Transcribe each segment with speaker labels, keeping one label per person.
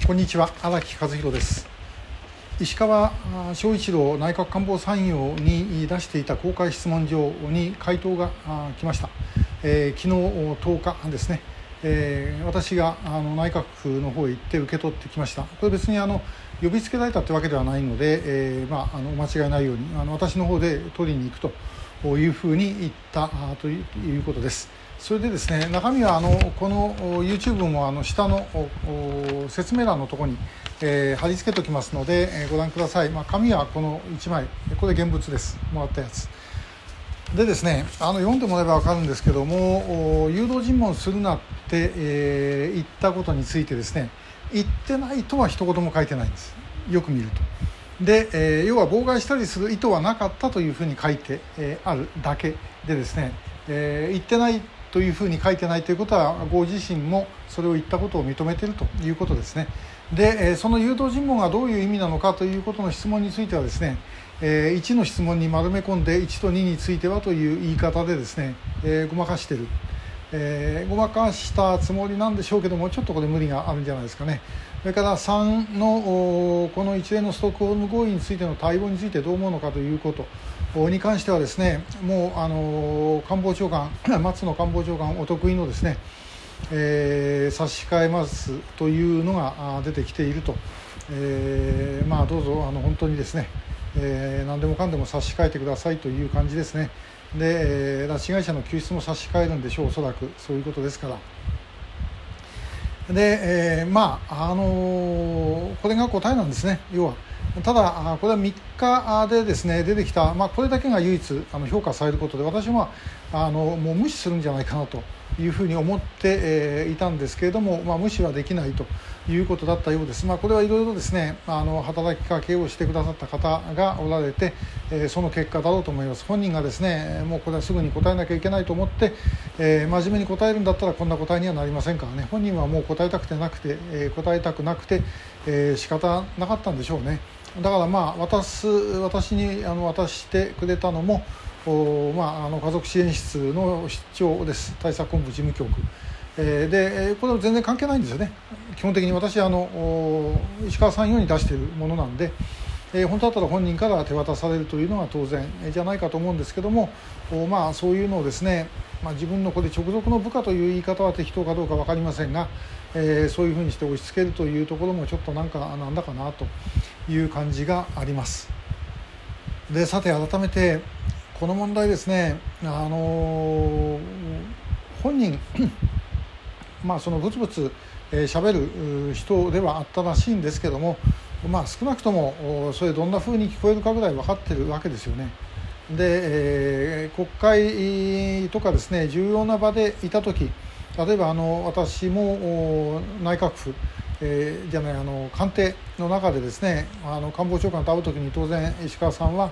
Speaker 1: こんにちは、荒木和弘です。石川昭一郎内閣官房参与に出していた公開質問状に回答が来ました。昨日10日ですね。私が内閣府の方へ行って受け取ってきました。これ別に呼びつけられたってわけではないので、お間違いないように私の方で取りに行くというふうに言ったということです。それでですね、中身はこの YouTube も下の説明欄のところに、貼り付けておきますので、ご覧ください。紙はこの1枚、これ現物です。もらったやつでですね、読んでもらえば分かるんですけども、誘導尋問するなって、言ったことについてですね、言ってないとは一言も書いてないんです。よく見ると。で、要は妨害したりする意図はなかったというふうに書いて、あるだけでですね、言ってないというふうに書いてないということは、ご自身もそれを言ったことを認めているということですね。で、その誘導尋問がどういう意味なのかということの質問についてはですね、1の質問に丸め込んで1と2についてはという言い方でですね、ごまかしている、ごまかしたつもりなんでしょうけども、ちょっとこれ無理があるんじゃないですかね。それから3のこの一連のストックホルム合意についての対応についてどう思うのかということに関してはですね、もう官房長官松野官房長官お得意のですね、差し控えますというのが出てきていると、どうぞ本当にですね、何でもかんでも差し控えてくださいという感じですね。で、拉致被害者の救出も差し控えるんでしょう。おそらくそういうことですから。で、これが答えなんですね。要はただこれは3日でですね出てきた、これだけが唯一評価されることで、私はもう無視するんじゃないかなというふうに思って、いたんですけれども、無視はできないということだったようです。これはいろいろですね働きかけをしてくださった方がおられて、その結果だろうと思います。本人がですねもうこれはすぐに答えなきゃいけないと思って、真面目に答えるんだったらこんな答えにはなりませんからね。本人はもう答えたくなくて、仕方なかったんでしょうね。だから私に渡してくれたのも家族支援室の室長です。対策本部事務局、でこれは全然関係ないんですよね。基本的に私石川さん用に出しているものなんで、本当だったら本人から手渡されるというのが当然じゃないかと思うんですけども、そういうのをですね、自分のこれ直属の部下という言い方は適当かどうか分かりませんが、そういうふうにして押し付けるというところもちょっとなんだかなという感じがあります。で、さて改めてこの問題ですね、本人そのブツブツ喋る人ではあったらしいんですけども、少なくともそれどんな風に聞こえるかぐらい分かってるわけですよね。で、国会とかですね重要な場でいた時、例えば私も内閣府官邸の中でですね官房長官と会う時に当然石川さんは、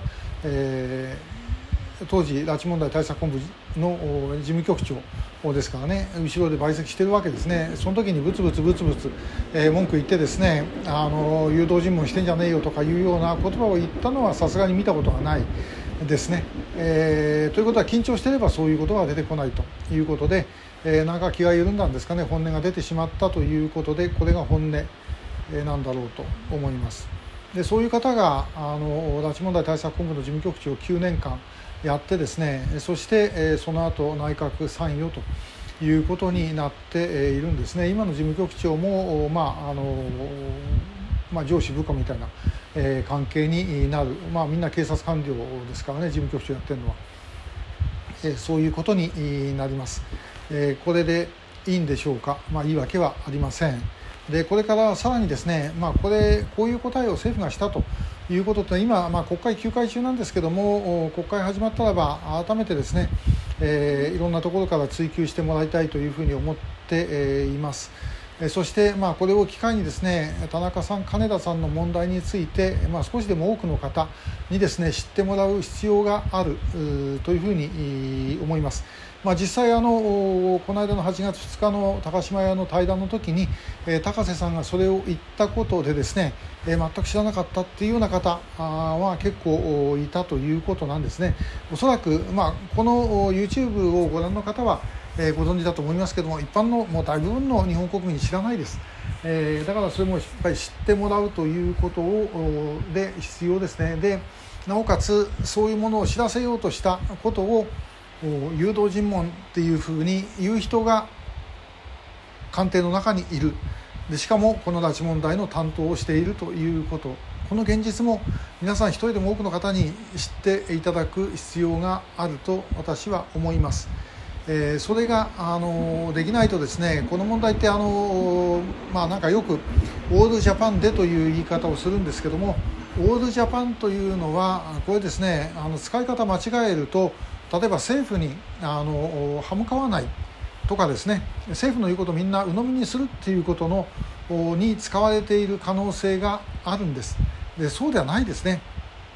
Speaker 1: 当時拉致問題対策本部の事務局長ですからね、後ろで陪席してるわけですね。その時にブツブツ、文句言ってですね誘導尋問してんじゃねえよとかいうような言葉を言ったのはさすがに見たことがないですね。ということは緊張していればそういうことが出てこないということで、なんか気が緩んだんですかね。本音が出てしまったということで、これが本音なんだろうと思います。で、そういう方が拉致問題対策本部の事務局長を9年間やってですね、そしてその後内閣参与ということになっているんですね。今の事務局長も上司部下みたいな関係になる、みんな警察官僚ですからね、事務局長やってるのは。そういうことになります。これでいいんでしょうか。いいわけはありません。で、これからさらにですね、こういう答えを政府がしたということと、今、国会休会中なんですけども、国会始まったらば改めてですね、いろんなところから追及してもらいたいというふうに思っています。そしてこれを機会にですね、田中さん、金田さんの問題について、少しでも多くの方にですね知ってもらう必要があるというふうに思います。実際この間の8月2日の高島屋の対談の時に、高瀬さんがそれを言ったことでですね、全く知らなかったっていうような方は結構いたということなんですね。おそらくこの YouTube をご覧の方はご存知だと思いますけども、一般のもう大部分の日本国民知らないです。だからそれもやっぱり知ってもらうということで必要ですね。でなおかつそういうものを知らせようとしたことを誘導尋問っていうふうに言う人が官邸の中にいる。でしかもこの拉致問題の担当をしているということ、この現実も皆さん一人でも多くの方に知っていただく必要があると私は思います。それができないとですね、この問題ってなんかよくオールジャパンでという言い方をするんですけども、オールジャパンというのはこれですね、使い方間違えると、例えば政府に歯向かわないとかですね、政府の言うことをみんな鵜呑みにするっていうことに使われている可能性があるんです。でそうではないですね。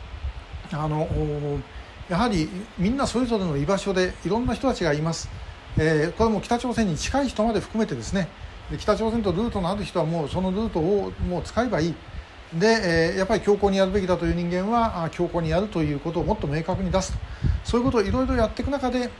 Speaker 1: やはりみんなそれぞれの居場所でいろんな人たちがいます。これも北朝鮮に近い人まで含めてですね、北朝鮮とルートのある人はもうそのルートをもう使えばいい。で、やっぱり強硬にやるべきだという人間は強硬にやるということをもっと明確に出すと、そういうことをいろいろやっていく中で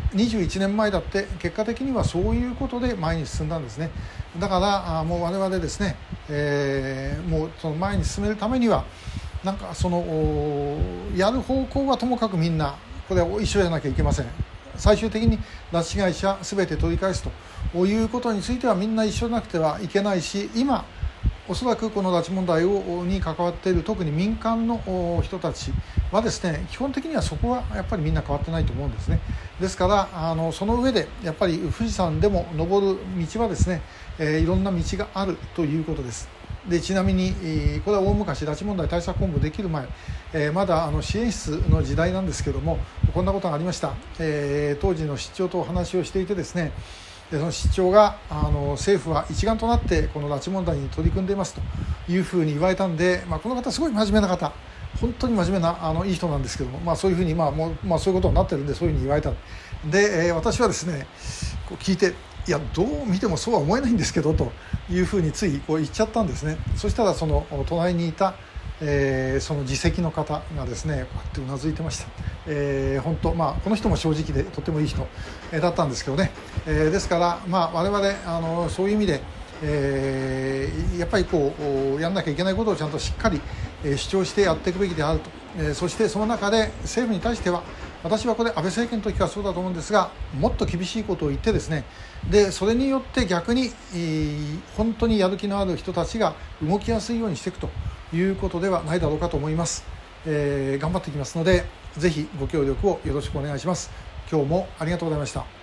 Speaker 1: 21年前だって結果的にはそういうことで前に進んだんですね。だからもう我々ですね、もうその前に進めるためにはなんかやる方向はともかくみんなこれは一緒じゃなきゃいけません。最終的に拉致被害者全て取り返すということについてはみんな一緒でなくてはいけないし、今おそらくこの拉致問題に関わっている特に民間の人たちはですね、基本的にはそこはやっぱりみんな変わってないと思うんですね。ですからその上でやっぱり富士山でも登る道はですね、いろんな道があるということです。でちなみにこれは大昔拉致問題対策本部できる前、まだ支援室の時代なんですけども、こんなことがありました。当時の市長とお話をしていてですね、でその市長が政府は一丸となってこの拉致問題に取り組んでいますというふうに言われたんで、この方すごい真面目な方、本当に真面目ないい人なんですけども、そういうふうにそういうことになってるんでそういうふうに言われた。で、私はですねこう聞いて、いやどう見てもそうは思えないんですけどというふうについこう言っちゃったんですね。そしたらその隣にいたその自責の方がですねこうやってうなずいてました。本当この人も正直でとてもいい人だったんですけどね。ですから我々そういう意味でやっぱりこうやんなきゃいけないことをちゃんとしっかり主張してやっていくべきであると。そしてその中で政府に対しては、私はこれ安倍政権の時からそうだと思うんですが、もっと厳しいことを言ってですね、でそれによって逆に本当にやる気のある人たちが動きやすいようにしていくということではないだろうかと思います。頑張っていきますので、ぜひご協力をよろしくお願いします。今日もありがとうございました。